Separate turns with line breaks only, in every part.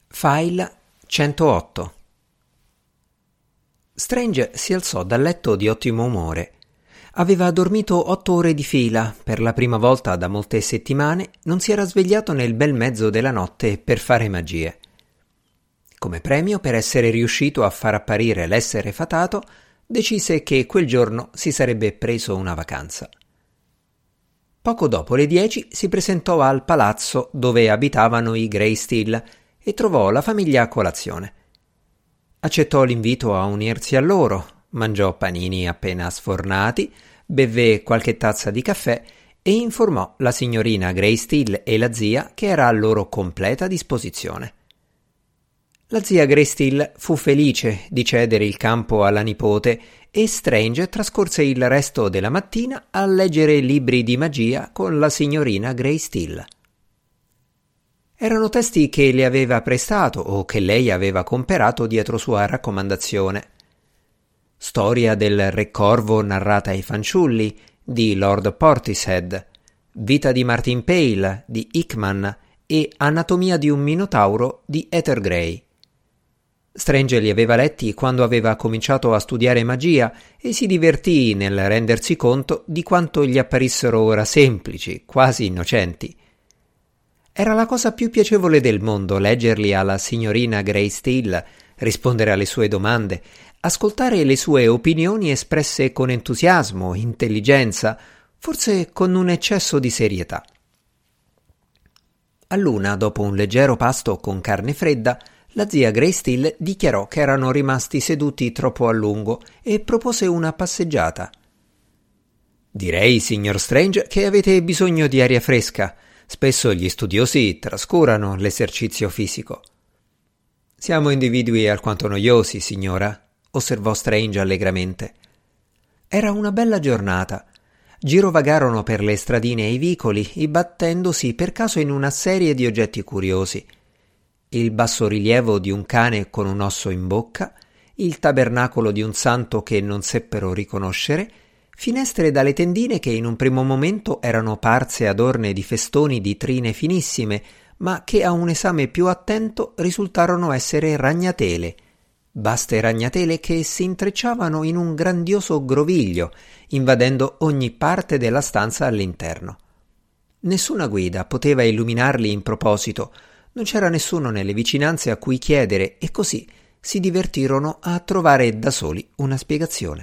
File 108. Strange si alzò dal letto di ottimo umore. Aveva dormito 8 ore di fila, per la prima volta da molte settimane non si era svegliato nel bel mezzo della notte per fare magie. Come premio per essere riuscito a far apparire l'essere fatato, decise che quel giorno si sarebbe preso una vacanza. Poco dopo le 10 si presentò al palazzo dove abitavano i Greysteel e trovò la famiglia a colazione. Accettò l'invito a unirsi a loro, mangiò panini appena sfornati, bevvé qualche tazza di caffè e informò la signorina Greysteel e la zia che era a loro completa disposizione. La zia Greysteel fu felice di cedere il campo alla nipote e Strange trascorse il resto della mattina a leggere libri di magia con la signorina Greysteel. Erano testi che le aveva prestato o che lei aveva comperato dietro sua raccomandazione. Storia del Re Corvo narrata ai fanciulli di Lord Portishead, Vita di Martin Pale di Hickman e Anatomia di un Minotauro di Ether Grey. Strange li aveva letti quando aveva cominciato a studiare magia e si divertì nel rendersi conto di quanto gli apparissero ora semplici, quasi innocenti. Era la cosa più piacevole del mondo leggerli alla signorina Greysteel, rispondere alle sue domande, ascoltare le sue opinioni espresse con entusiasmo, intelligenza, forse con un eccesso di serietà. A luna, dopo un leggero pasto con carne fredda, la zia Greysteel dichiarò che erano rimasti seduti troppo a lungo e propose una passeggiata. «Direi, signor Strange, che avete bisogno di aria fresca. Spesso gli studiosi trascurano l'esercizio fisico». «Siamo individui alquanto noiosi, signora», osservò Strange allegramente. Era una bella giornata. Girovagarono per le stradine e i vicoli, imbattendosi per caso in una serie di oggetti curiosi. Il bassorilievo di un cane con un osso in bocca, il tabernacolo di un santo che non seppero riconoscere, finestre dalle tendine che in un primo momento erano parse adorne di festoni di trine finissime, ma che a un esame più attento risultarono essere ragnatele, vaste ragnatele che si intrecciavano in un grandioso groviglio, invadendo ogni parte della stanza all'interno. Nessuna guida poteva illuminarli in proposito, non c'era nessuno nelle vicinanze a cui chiedere e così si divertirono a trovare da soli una spiegazione.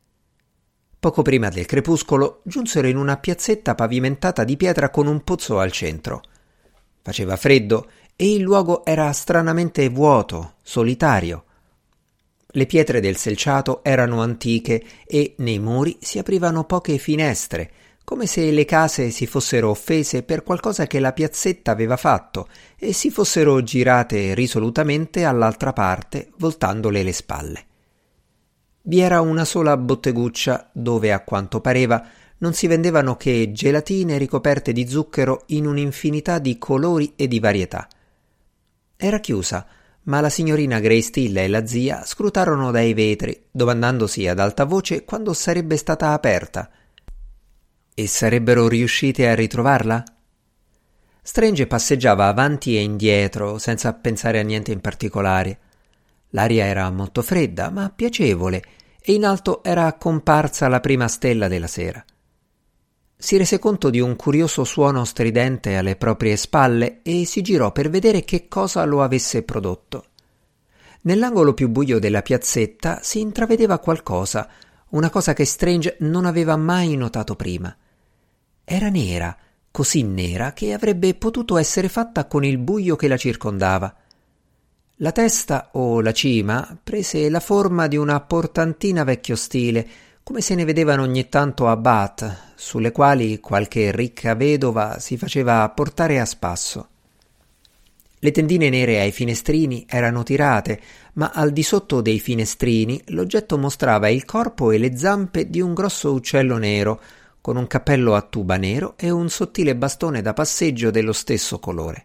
Poco prima del crepuscolo giunsero in una piazzetta pavimentata di pietra con un pozzo al centro. Faceva freddo e il luogo era stranamente vuoto, solitario. Le pietre del selciato erano antiche e nei muri si aprivano poche finestre, come se le case si fossero offese per qualcosa che la piazzetta aveva fatto e si fossero girate risolutamente all'altra parte, voltandole le spalle. Vi era una sola botteguccia dove, a quanto pareva, non si vendevano che gelatine ricoperte di zucchero in un'infinità di colori e di varietà. Era chiusa, ma la signorina Greysteel e la zia scrutarono dai vetri, domandandosi ad alta voce quando sarebbe stata aperta. E sarebbero riuscite a ritrovarla? Strange passeggiava avanti e indietro, senza pensare a niente in particolare. L'aria era molto fredda, ma piacevole, e in alto era comparsa la prima stella della sera. Si rese conto di un curioso suono stridente alle proprie spalle e si girò per vedere che cosa lo avesse prodotto. Nell'angolo più buio della piazzetta si intravedeva qualcosa, una cosa che Strange non aveva mai notato prima. Era nera, così nera che avrebbe potuto essere fatta con il buio che la circondava. La testa o la cima prese la forma di una portantina vecchio stile, come se ne vedevano ogni tanto a Bath, sulle quali qualche ricca vedova si faceva portare a spasso. Le tendine nere ai finestrini erano tirate, ma al di sotto dei finestrini l'oggetto mostrava il corpo e le zampe di un grosso uccello nero, con un cappello a tuba nero e un sottile bastone da passeggio dello stesso colore.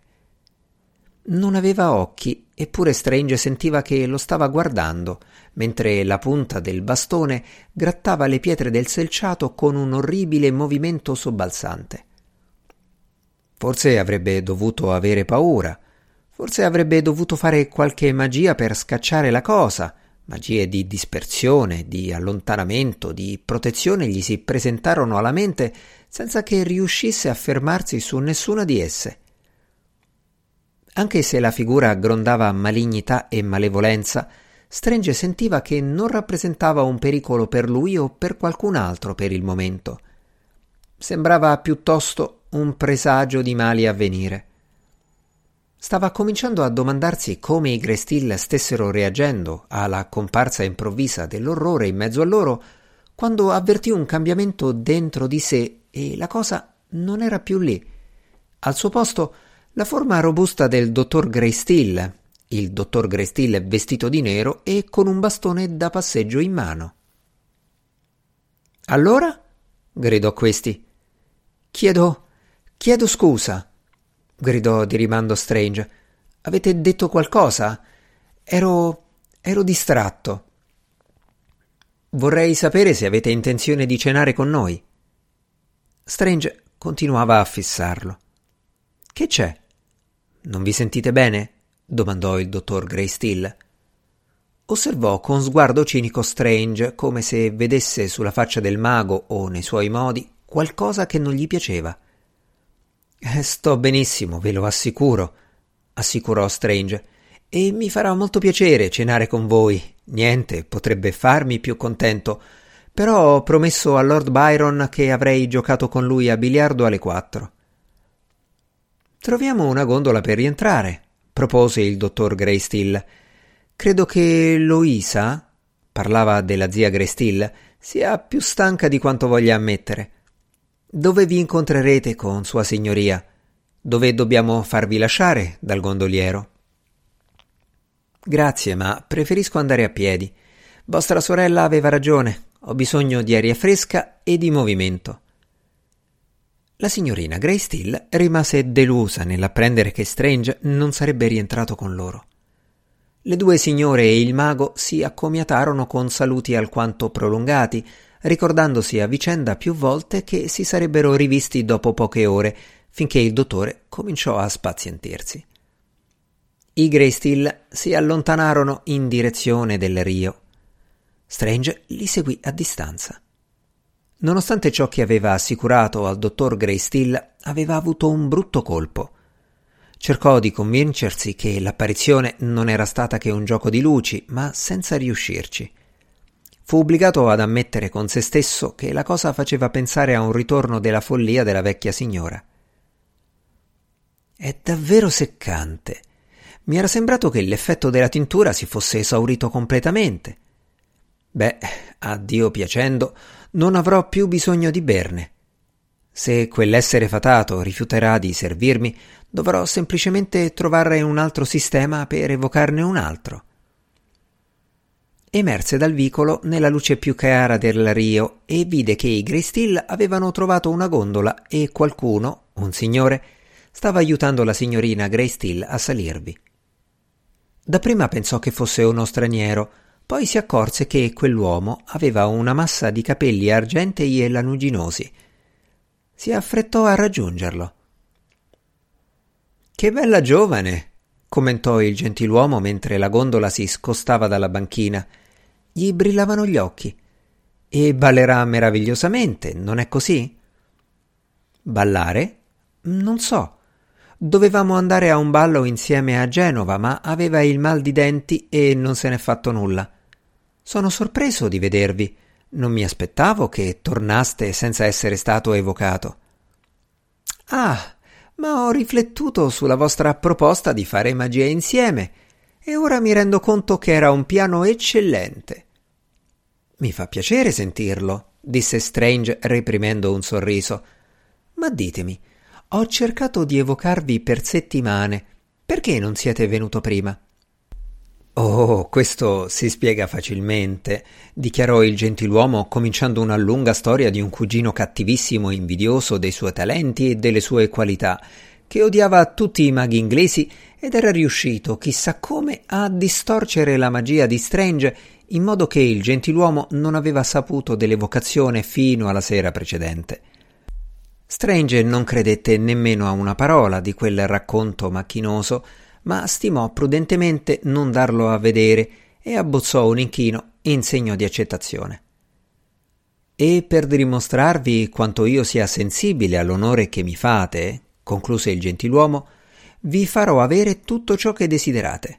Non aveva occhi, eppure Strange sentiva che lo stava guardando, mentre la punta del bastone grattava le pietre del selciato con un orribile movimento sobbalzante. Forse avrebbe dovuto avere paura. Forse avrebbe dovuto fare qualche magia per scacciare la cosa. Magie di dispersione, di allontanamento, di protezione gli si presentarono alla mente senza che riuscisse a fermarsi su nessuna di esse. Anche se la figura grondava malignità e malevolenza, Strange sentiva che non rappresentava un pericolo per lui o per qualcun altro per il momento. Sembrava piuttosto un presagio di mali a venire. Stava cominciando a domandarsi come i Greystill stessero reagendo alla comparsa improvvisa dell'orrore in mezzo a loro, quando avvertì un cambiamento dentro di sé e la cosa non era più lì. Al suo posto la forma robusta del dottor Greystill, il dottor Greystill vestito di nero e con un bastone da passeggio in mano. «Allora?» gridò questi. Chiedo scusa», gridò di rimando Strange. «Avete detto qualcosa? Ero distratto». «Vorrei sapere se avete intenzione di cenare con noi». Strange continuava a fissarlo. «Che c'è? Non vi sentite bene?» domandò il dottor Greystill. Osservò con sguardo cinico Strange, come se vedesse sulla faccia del mago o nei suoi modi qualcosa che non gli piaceva. «Sto benissimo, ve lo assicuro», assicurò Strange, «e mi farà molto piacere cenare con voi. Niente potrebbe farmi più contento, però ho promesso a Lord Byron che avrei giocato con lui a biliardo alle 4. «Troviamo una gondola per rientrare», propose il dottor Greystill. «Credo che Louisa», parlava della zia Greystill, «sia più stanca di quanto voglia ammettere. Dove vi incontrerete con sua signoria? Dove dobbiamo farvi lasciare dal gondoliero?» «Grazie, ma preferisco andare a piedi. Vostra sorella aveva ragione. Ho bisogno di aria fresca e di movimento». La signorina Greystill rimase delusa nell'apprendere che Strange non sarebbe rientrato con loro. Le due signore e il mago si accomiatarono con saluti alquanto prolungati, ricordandosi a vicenda più volte che si sarebbero rivisti dopo poche ore, finché il dottore cominciò a spazientirsi. I Greystill si allontanarono in direzione del Rio. Strange li seguì a distanza. Nonostante ciò che aveva assicurato al dottor Greystill, aveva avuto un brutto colpo. Cercò di convincersi che l'apparizione non era stata che un gioco di luci, ma senza riuscirci. Fu obbligato ad ammettere con se stesso che la cosa faceva pensare a un ritorno della follia della vecchia signora. «È davvero seccante. Mi era sembrato che l'effetto della tintura si fosse esaurito completamente. Beh, a Dio piacendo, non avrò più bisogno di berne. Se quell'essere fatato rifiuterà di servirmi, dovrò semplicemente trovare un altro sistema per evocarne un altro». Emerse dal vicolo nella luce più chiara del Rio e vide che i Greystill avevano trovato una gondola e qualcuno, un signore, stava aiutando la signorina Greystill a salirvi. Dapprima pensò che fosse uno straniero, poi si accorse che quell'uomo aveva una massa di capelli argentei e lanuginosi. Si affrettò a raggiungerlo. «Che bella giovane!» commentò il gentiluomo mentre la gondola si scostava dalla banchina. Gli brillavano gli occhi. «E ballerà meravigliosamente, non è così?» «Ballare? Non so. Dovevamo andare a un ballo insieme a Genova, ma aveva il mal di denti e non se n'è fatto nulla. Sono sorpreso di vedervi. Non mi aspettavo che tornaste senza essere stato evocato». «Ah, ma ho riflettuto sulla vostra proposta di fare magia insieme e ora mi rendo conto che era un piano eccellente». «Mi fa piacere sentirlo», disse Strange reprimendo un sorriso. «Ma ditemi, ho cercato di evocarvi per settimane. Perché non siete venuto prima?» «Oh, questo si spiega facilmente», dichiarò il gentiluomo cominciando una lunga storia di un cugino cattivissimo e invidioso dei suoi talenti e delle sue qualità, che odiava tutti i maghi inglesi ed era riuscito, chissà come, a distorcere la magia di Strange in modo che il gentiluomo non aveva saputo dell'evocazione fino alla sera precedente. Strange non credette nemmeno a una parola di quel racconto macchinoso, ma stimò prudentemente non darlo a vedere e abbozzò un inchino in segno di accettazione. «E per dimostrarvi quanto io sia sensibile all'onore che mi fate», concluse il gentiluomo, «vi farò avere tutto ciò che desiderate».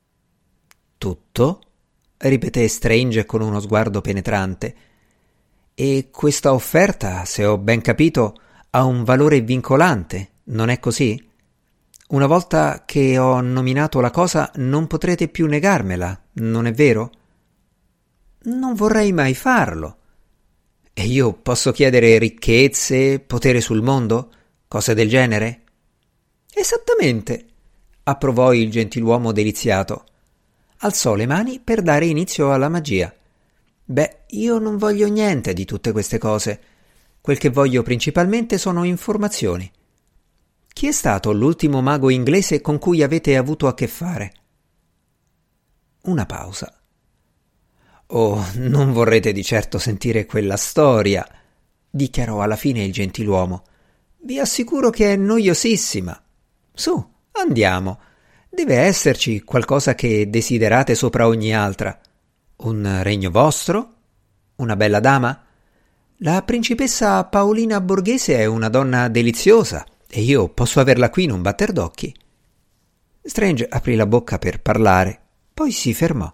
«Tutto?» ripeté Strange con uno sguardo penetrante. «E questa offerta, se ho ben capito, ha un valore vincolante, non è così? Una volta che ho nominato la cosa non potrete più negarmela, non è vero?» «Non vorrei mai farlo. E io posso chiedere ricchezze, potere sul mondo, cose del genere?» «Esattamente», approvò il gentiluomo deliziato. Alzò le mani per dare inizio alla magia. «Beh, io non voglio niente di tutte queste cose. Quel che voglio principalmente sono informazioni. Chi è stato l'ultimo mago inglese con cui avete avuto a che fare?» Una pausa. «Oh, non vorrete di certo sentire quella storia», dichiarò alla fine il gentiluomo. «Vi assicuro che è noiosissima. Su, andiamo. Deve esserci qualcosa che desiderate sopra ogni altra. Un regno vostro? Una bella dama? La principessa Paolina Borghese è una donna deliziosa e io posso averla qui in un batter d'occhi». Strange aprì la bocca per parlare, poi si fermò.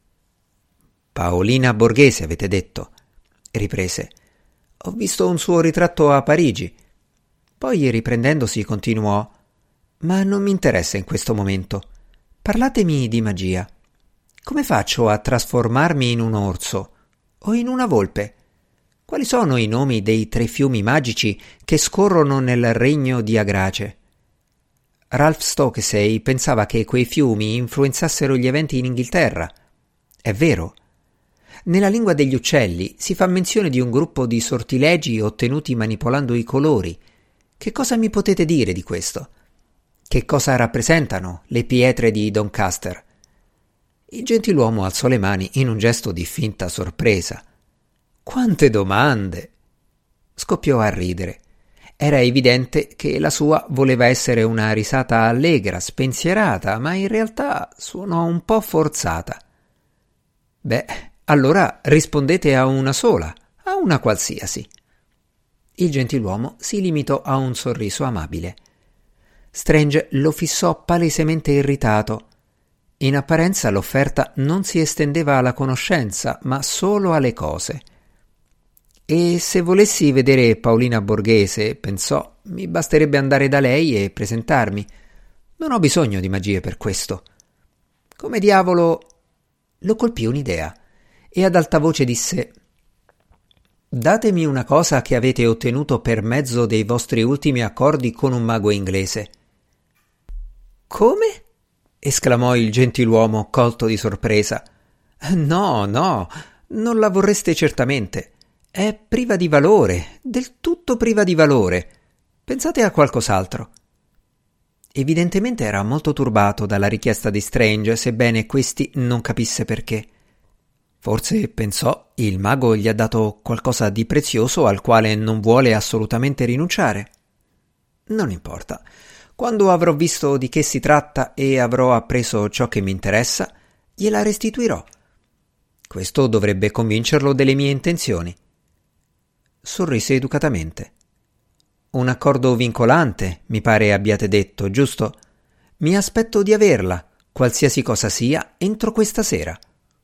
«Paolina Borghese, avete detto?» riprese. «Ho visto un suo ritratto a Parigi». Poi, riprendendosi, continuò: «Ma non mi interessa in questo momento. Parlatemi di magia. Come faccio a trasformarmi in un orso o in una volpe? Quali sono i nomi dei 3 fiumi magici che scorrono nel regno di Agrace?» Ralph Stokesay pensava che quei fiumi influenzassero gli eventi in Inghilterra. È vero? Nella lingua degli uccelli si fa menzione di un gruppo di sortilegi ottenuti manipolando i colori. Che cosa mi potete dire di questo? Che cosa rappresentano le pietre di Doncaster?» Il gentiluomo alzò le mani in un gesto di finta sorpresa. «Quante domande!» Scoppiò a ridere. Era evidente che la sua voleva essere una risata allegra, spensierata, ma in realtà suonò un po' forzata. «Beh, allora rispondete a una sola, a una qualsiasi». Il gentiluomo si limitò a un sorriso amabile. Strange lo fissò palesemente irritato. In apparenza l'offerta non si estendeva alla conoscenza, ma solo alle cose. «E se volessi vedere Paolina Borghese», pensò, «mi basterebbe andare da lei e presentarmi. Non ho bisogno di magie per questo». Come diavolo... Lo colpì un'idea e ad alta voce disse: «Datemi una cosa che avete ottenuto per mezzo dei vostri ultimi accordi con un mago inglese». «Come?» esclamò il gentiluomo colto di sorpresa. «No, non la vorreste certamente. È priva di valore, del tutto priva di valore. Pensate a qualcos'altro». Evidentemente era molto turbato dalla richiesta di Strange, sebbene questi non capisse perché. Forse, pensò, il mago gli ha dato qualcosa di prezioso al quale non vuole assolutamente rinunciare. Non importa. Quando avrò visto di che si tratta e avrò appreso ciò che mi interessa, gliela restituirò. Questo dovrebbe convincerlo delle mie intenzioni. Sorrise educatamente. «Un accordo vincolante, mi pare abbiate detto, giusto? Mi aspetto di averla, qualsiasi cosa sia, entro questa sera».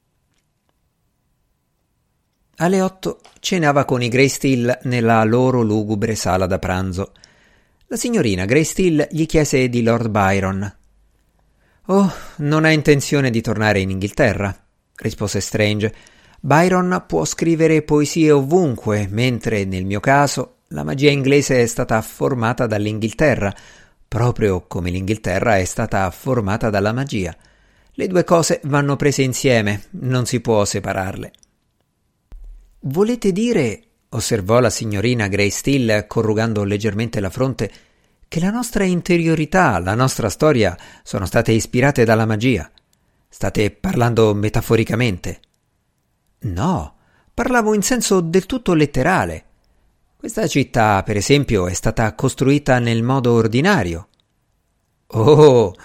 Alle 8 cenava con i Greystill nella loro lugubre sala da pranzo. La signorina Greystill gli chiese di Lord Byron. «Oh, non ha intenzione di tornare in Inghilterra», rispose Strange. «Byron può scrivere poesie ovunque, mentre, nel mio caso, la magia inglese è stata formata dall'Inghilterra, proprio come l'Inghilterra è stata formata dalla magia. Le 2 cose vanno prese insieme, non si può separarle». «Volete dire», osservò la signorina Greystill corrugando leggermente la fronte, «che la nostra interiorità, la nostra storia sono state ispirate dalla magia? State parlando metaforicamente?» «No, parlavo in senso del tutto letterale. Questa città, per esempio, è stata costruita nel modo ordinario». «Oh!»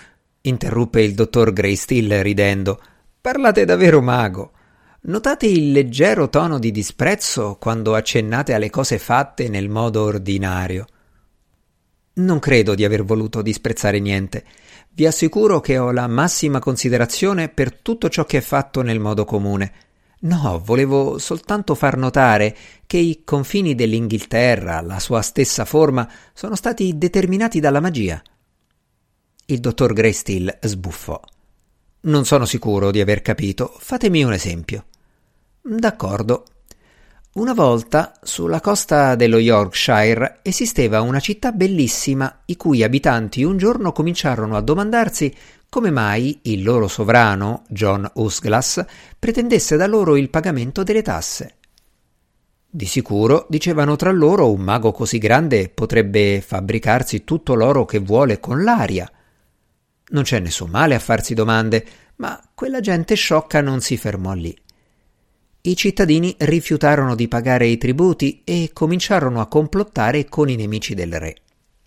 interruppe il dottor Greystill ridendo. Parlate da vero mago. Notate il leggero tono di disprezzo quando accennate alle cose fatte nel modo ordinario. Non credo di aver voluto disprezzare niente. Vi assicuro che ho la massima considerazione per tutto ciò che è fatto nel modo comune. No, volevo soltanto far notare che i confini dell'Inghilterra, la sua stessa forma, sono stati determinati dalla magia. Il dottor Greystill sbuffò. Non sono sicuro di aver capito. Fatemi un esempio. D'accordo. Una volta, sulla costa dello Yorkshire, esisteva una città bellissima i cui abitanti un giorno cominciarono a domandarsi come mai il loro sovrano, John Usglass, pretendesse da loro il pagamento delle tasse. Di sicuro, dicevano tra loro, un mago così grande potrebbe fabbricarsi tutto l'oro che vuole con l'aria. Non c'è nessun male a farsi domande, ma quella gente sciocca non si fermò lì. I cittadini rifiutarono di pagare i tributi e cominciarono a complottare con i nemici del re.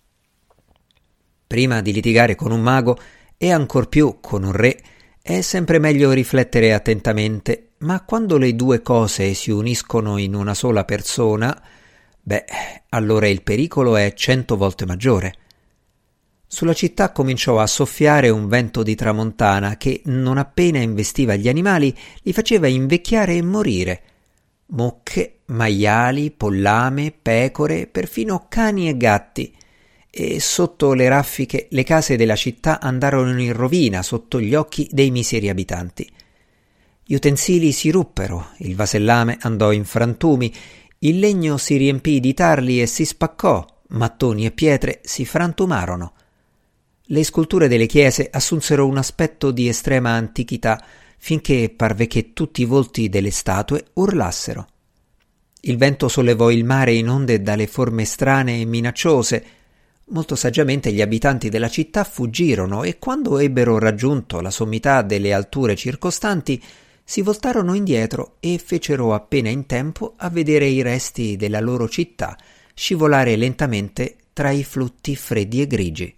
Prima di litigare con un mago, e ancor più con un re, è sempre meglio riflettere attentamente, ma quando le due cose si uniscono in una sola persona, allora il pericolo è 100 volte maggiore. Sulla città cominciò a soffiare un vento di tramontana che, non appena investiva gli animali, li faceva invecchiare e morire. Mucche, maiali, pollame, pecore, perfino cani e gatti. E sotto le raffiche le case della città andarono in rovina sotto gli occhi dei miseri abitanti. Gli utensili si ruppero, il vasellame andò in frantumi, il legno si riempì di tarli e si spaccò, mattoni e pietre si frantumarono. Le sculture delle chiese assunsero un aspetto di estrema antichità, finché parve che tutti i volti delle statue urlassero. Il vento sollevò il mare in onde dalle forme strane e minacciose. Molto saggiamente gli abitanti della città fuggirono e quando ebbero raggiunto la sommità delle alture circostanti si voltarono indietro e fecero appena in tempo a vedere i resti della loro città scivolare lentamente tra i flutti freddi e grigi.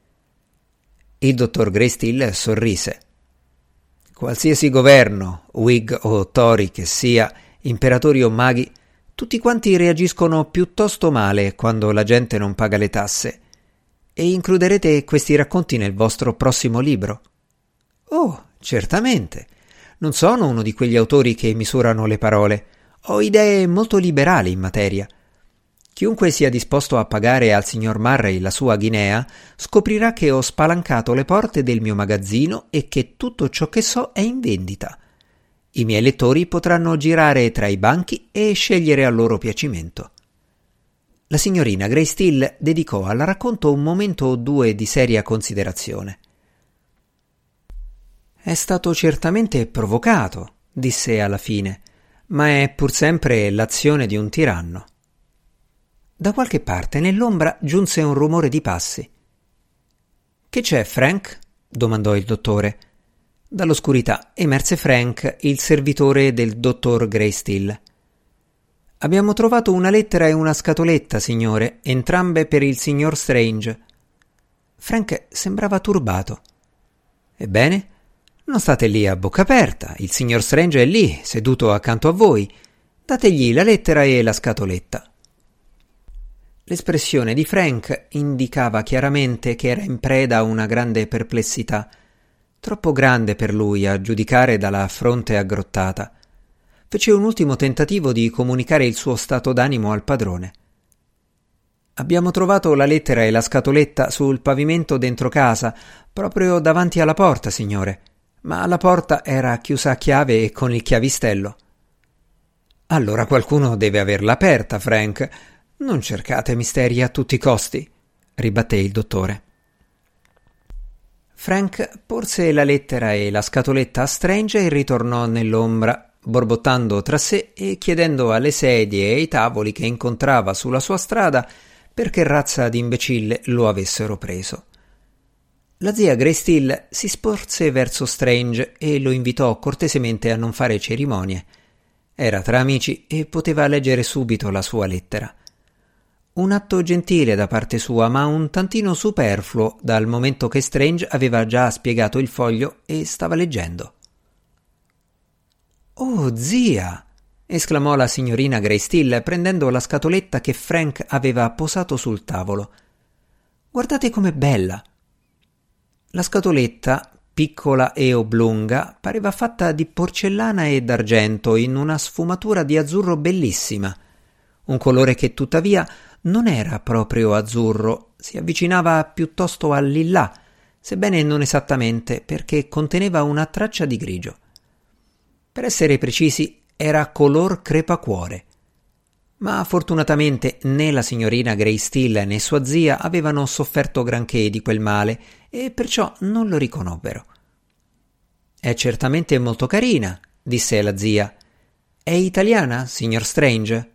Il dottor Greystill sorrise. Qualsiasi governo, Whig o Tory che sia, imperatori o maghi, tutti quanti reagiscono piuttosto male quando la gente non paga le tasse. E includerete questi racconti nel vostro prossimo libro? Oh, certamente. Non sono uno di quegli autori che misurano le parole. Ho idee molto liberali in materia. Chiunque sia disposto a pagare al signor Murray la sua guinea scoprirà che ho spalancato le porte del mio magazzino e che tutto ciò che so è in vendita. I miei lettori potranno girare tra i banchi e scegliere a loro piacimento. La signorina Greystill dedicò al racconto un momento o due di seria considerazione. È stato certamente provocato, disse alla fine, ma è pur sempre l'azione di un tiranno. Da qualche parte nell'ombra giunse un rumore di passi. «Che c'è, Frank?» domandò il dottore. Dall'oscurità emerse Frank, il servitore del dottor Greystill. «Abbiamo trovato una lettera e una scatoletta, signore, entrambe per il signor Strange». Frank sembrava turbato. «Ebbene? Non state lì a bocca aperta, il signor Strange è lì, seduto accanto a voi. Dategli la lettera e la scatoletta». L'espressione di Frank indicava chiaramente che era in preda a una grande perplessità, troppo grande per lui a giudicare dalla fronte aggrottata. Fece un ultimo tentativo di comunicare il suo stato d'animo al padrone. «Abbiamo trovato la lettera e la scatoletta sul pavimento dentro casa, proprio davanti alla porta, signore, ma la porta era chiusa a chiave e con il chiavistello». «Allora qualcuno deve averla aperta, Frank. Non cercate misteri a tutti i costi», ribatté il dottore. Frank porse la lettera e la scatoletta a Strange e ritornò nell'ombra, borbottando tra sé e chiedendo alle sedie e ai tavoli che incontrava sulla sua strada per che razza di imbecille lo avessero preso. La zia Greystill si sporse verso Strange e lo invitò cortesemente a non fare cerimonie. Era tra amici e poteva leggere subito la sua lettera. Un atto gentile da parte sua, ma un tantino superfluo dal momento che Strange aveva già spiegato il foglio e stava leggendo. «Oh, zia!» esclamò la signorina Greystill prendendo la scatoletta che Frank aveva posato sul tavolo. «Guardate com'è bella!» La scatoletta, piccola e oblunga, pareva fatta di porcellana e d'argento in una sfumatura di azzurro bellissima, un colore che tuttavia non era proprio azzurro, si avvicinava piuttosto al lillà, sebbene non esattamente, perché conteneva una traccia di grigio. Per essere precisi, era color crepacuore. Ma fortunatamente né la signorina Greystill né sua zia avevano sofferto granché di quel male e perciò non lo riconobbero. «È certamente molto carina», disse la zia. «È italiana, signor Strange?»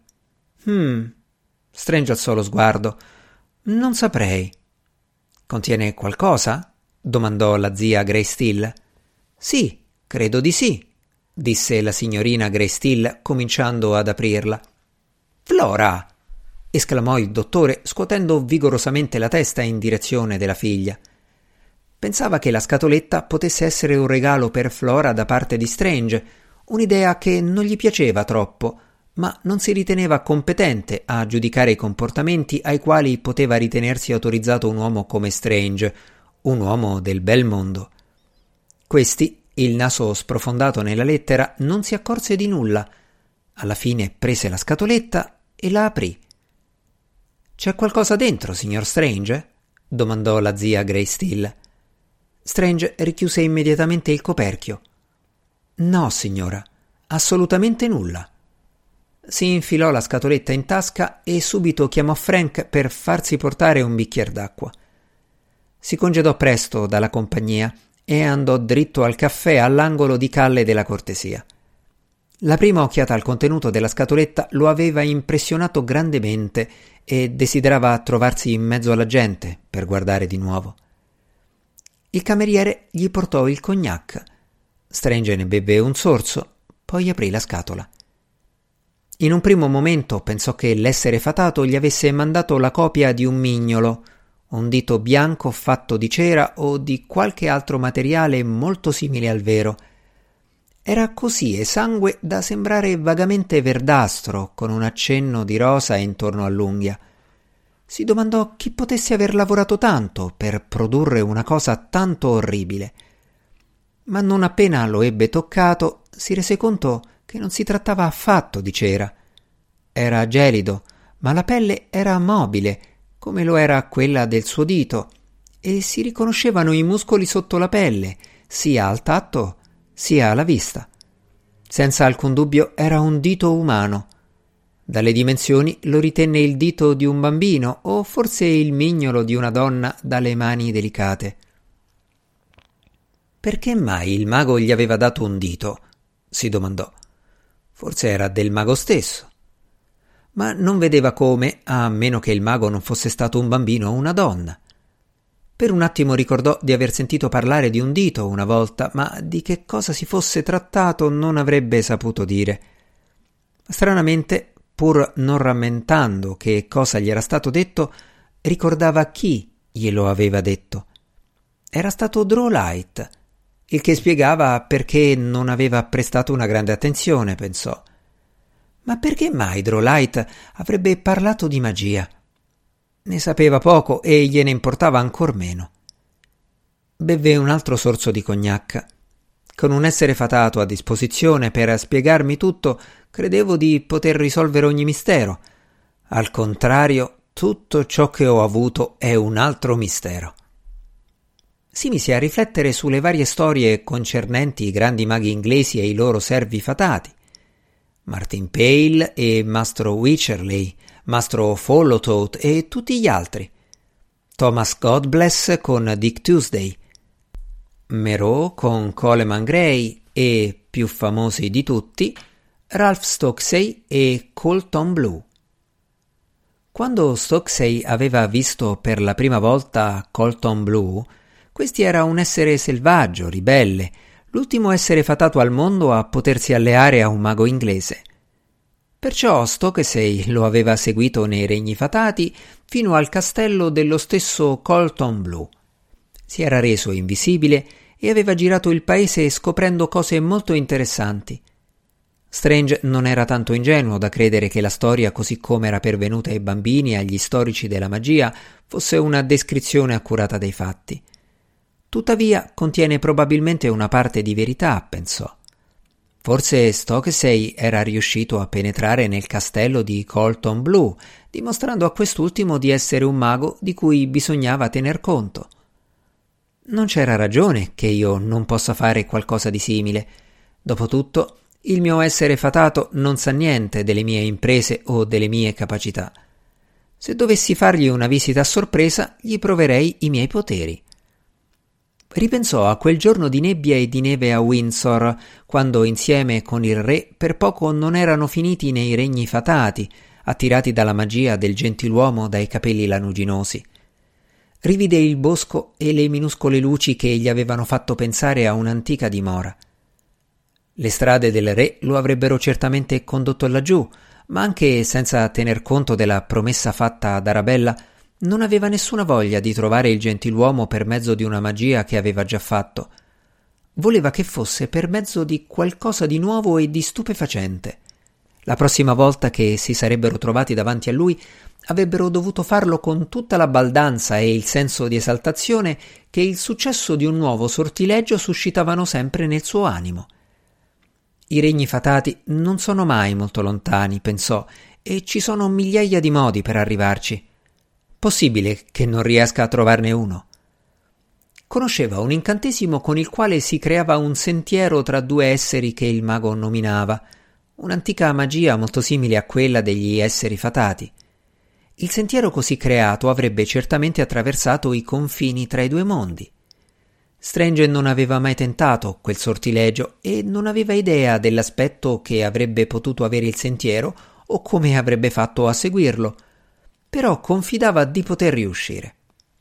Strange alzò lo sguardo. «Non saprei». «Contiene qualcosa?» domandò la zia Greystill. «Sì, credo di sì», disse la signorina Greystill cominciando ad aprirla. «Flora!» esclamò il dottore scuotendo vigorosamente la testa in direzione della figlia. Pensava che la scatoletta potesse essere un regalo per Flora da parte di Strange, un'idea che non gli piaceva troppo, ma non si riteneva competente a giudicare i comportamenti ai quali poteva ritenersi autorizzato un uomo come Strange, un uomo del bel mondo. Questi, il naso sprofondato nella lettera, non si accorse di nulla. Alla fine prese la scatoletta e la aprì. «C'è qualcosa dentro, signor Strange?» domandò la zia Greystill. Strange richiuse immediatamente il coperchio. «No, signora, assolutamente nulla». Si infilò la scatoletta in tasca e subito chiamò Frank per farsi portare un bicchiere d'acqua. Si congedò presto dalla compagnia e andò dritto al caffè all'angolo di Calle della Cortesia. La prima occhiata al contenuto della scatoletta lo aveva impressionato grandemente e desiderava trovarsi in mezzo alla gente per guardare di nuovo. Il cameriere gli portò il cognac. Strange ne bevve un sorso, poi aprì la scatola. In un primo momento pensò che l'essere fatato gli avesse mandato la copia di un mignolo, un dito bianco fatto di cera o di qualche altro materiale molto simile al vero. Era così esangue da sembrare vagamente verdastro, con un accenno di rosa intorno all'unghia. Si domandò chi potesse aver lavorato tanto per produrre una cosa tanto orribile. Ma non appena lo ebbe toccato, si rese conto che non si trattava affatto di cera. Era gelido, ma la pelle era mobile, come lo era quella del suo dito, e si riconoscevano i muscoli sotto la pelle, sia al tatto sia alla vista. Senza alcun dubbio era un dito umano. Dalle dimensioni lo ritenne il dito di un bambino o forse il mignolo di una donna dalle mani delicate. Perché mai il mago gli aveva dato un dito? Si domandò. Forse era del mago stesso. Ma non vedeva come, a meno che il mago non fosse stato un bambino o una donna. Per un attimo ricordò di aver sentito parlare di un dito una volta, ma di che cosa si fosse trattato non avrebbe saputo dire. Stranamente, pur non rammentando che cosa gli era stato detto, ricordava chi glielo aveva detto. Era stato Drolight, il che spiegava perché non aveva prestato una grande attenzione, pensò. Ma perché mai Drolight avrebbe parlato di magia? Ne sapeva poco e gliene importava ancor meno. Bevve un altro sorso di cognac. Con un essere fatato a disposizione per spiegarmi tutto, credevo di poter risolvere ogni mistero. Al contrario, tutto ciò che ho avuto è un altro mistero. Si mise a riflettere sulle varie storie concernenti i grandi maghi inglesi e i loro servi fatati. Martin Pale e Mastro Wycherley, Mastro Followtoad e tutti gli altri. Thomas Godbless con Dick Tuesday, Merot con Coleman Gray e, più famosi di tutti, Ralph Stokesay e Colton Blue. Quando Stokesay aveva visto per la prima volta Colton Blue, questi era un essere selvaggio, ribelle, l'ultimo essere fatato al mondo a potersi alleare a un mago inglese. Perciò Stochesay lo aveva seguito nei regni fatati fino al castello dello stesso Colton Blue. Si era reso invisibile e aveva girato il paese scoprendo cose molto interessanti. Strange non era tanto ingenuo da credere che la storia, così come era pervenuta ai bambini e agli storici della magia, fosse una descrizione accurata dei fatti. Tuttavia contiene probabilmente una parte di verità, pensò. Forse Stochesay era riuscito a penetrare nel castello di Colton Blue, dimostrando a quest'ultimo di essere un mago di cui bisognava tener conto. Non c'era ragione che io non possa fare qualcosa di simile. Dopotutto, il mio essere fatato non sa niente delle mie imprese o delle mie capacità. Se dovessi fargli una visita a sorpresa, gli proverei i miei poteri. Ripensò a quel giorno di nebbia e di neve a Windsor, quando insieme con il re per poco non erano finiti nei regni fatati, attirati dalla magia del gentiluomo dai capelli lanuginosi. Rivide il bosco e le minuscole luci che gli avevano fatto pensare a un'antica dimora. Le strade del re lo avrebbero certamente condotto laggiù, ma anche senza tener conto della promessa fatta ad Arabella, non aveva nessuna voglia di trovare il gentiluomo per mezzo di una magia che aveva già fatto. Voleva che fosse per mezzo di qualcosa di nuovo e di stupefacente. La prossima volta che si sarebbero trovati davanti a lui, avrebbero dovuto farlo con tutta la baldanza e il senso di esaltazione che il successo di un nuovo sortileggio suscitavano sempre nel suo animo. I regni fatati non sono mai molto lontani, pensò, e ci sono migliaia di modi per arrivarci. Possibile che non riesca a trovarne uno. Conosceva un incantesimo con il quale si creava un sentiero tra due esseri che il mago nominava, un'antica magia molto simile a quella degli esseri fatati. Il sentiero così creato avrebbe certamente attraversato i confini tra i due mondi. Strange non aveva mai tentato quel sortilegio e non aveva idea dell'aspetto che avrebbe potuto avere il sentiero o come avrebbe fatto a seguirlo, però confidava di poter riuscire.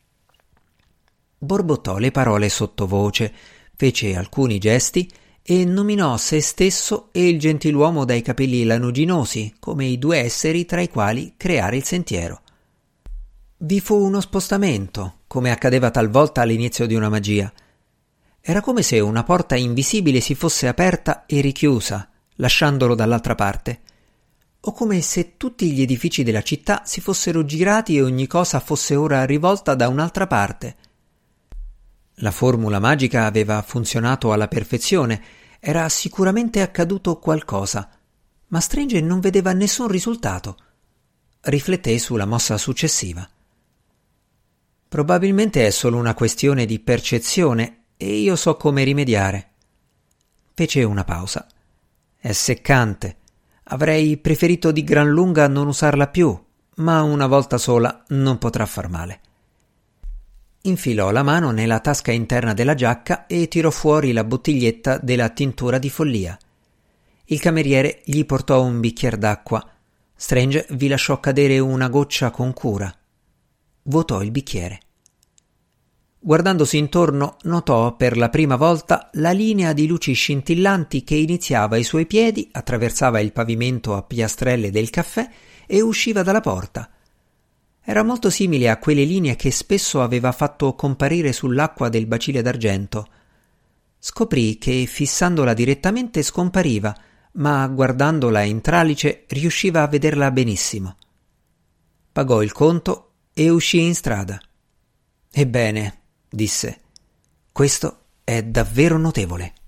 Borbottò le parole sottovoce, fece alcuni gesti e nominò se stesso e il gentiluomo dai capelli lanuginosi come i due esseri tra i quali creare il sentiero. Vi fu uno spostamento, come accadeva talvolta all'inizio di una magia. Era come se una porta invisibile si fosse aperta e richiusa, lasciandolo dall'altra parte, o come se tutti gli edifici della città si fossero girati e ogni cosa fosse ora rivolta da un'altra parte. La formula magica aveva funzionato alla perfezione, era sicuramente accaduto qualcosa, ma Strange non vedeva nessun risultato. Rifletté sulla mossa successiva. Probabilmente è solo una questione di percezione e io so come rimediare. Fece una pausa. È seccante. Avrei preferito di gran lunga non usarla più, ma una volta sola non potrà far male. Infilò la mano nella tasca interna della giacca e tirò fuori la bottiglietta della tintura di follia. Il cameriere gli portò un bicchiere d'acqua. Strange vi lasciò cadere una goccia con cura. Vuotò il bicchiere. Guardandosi intorno, notò per la prima volta la linea di luci scintillanti che iniziava ai suoi piedi, attraversava il pavimento a piastrelle del caffè e usciva dalla porta. Era molto simile a quelle linee che spesso aveva fatto comparire sull'acqua del bacile d'argento. Scoprì che fissandola direttamente scompariva, ma guardandola in tralice riusciva a vederla benissimo. Pagò il conto e uscì in strada. Ebbene, disse, questo è davvero notevole.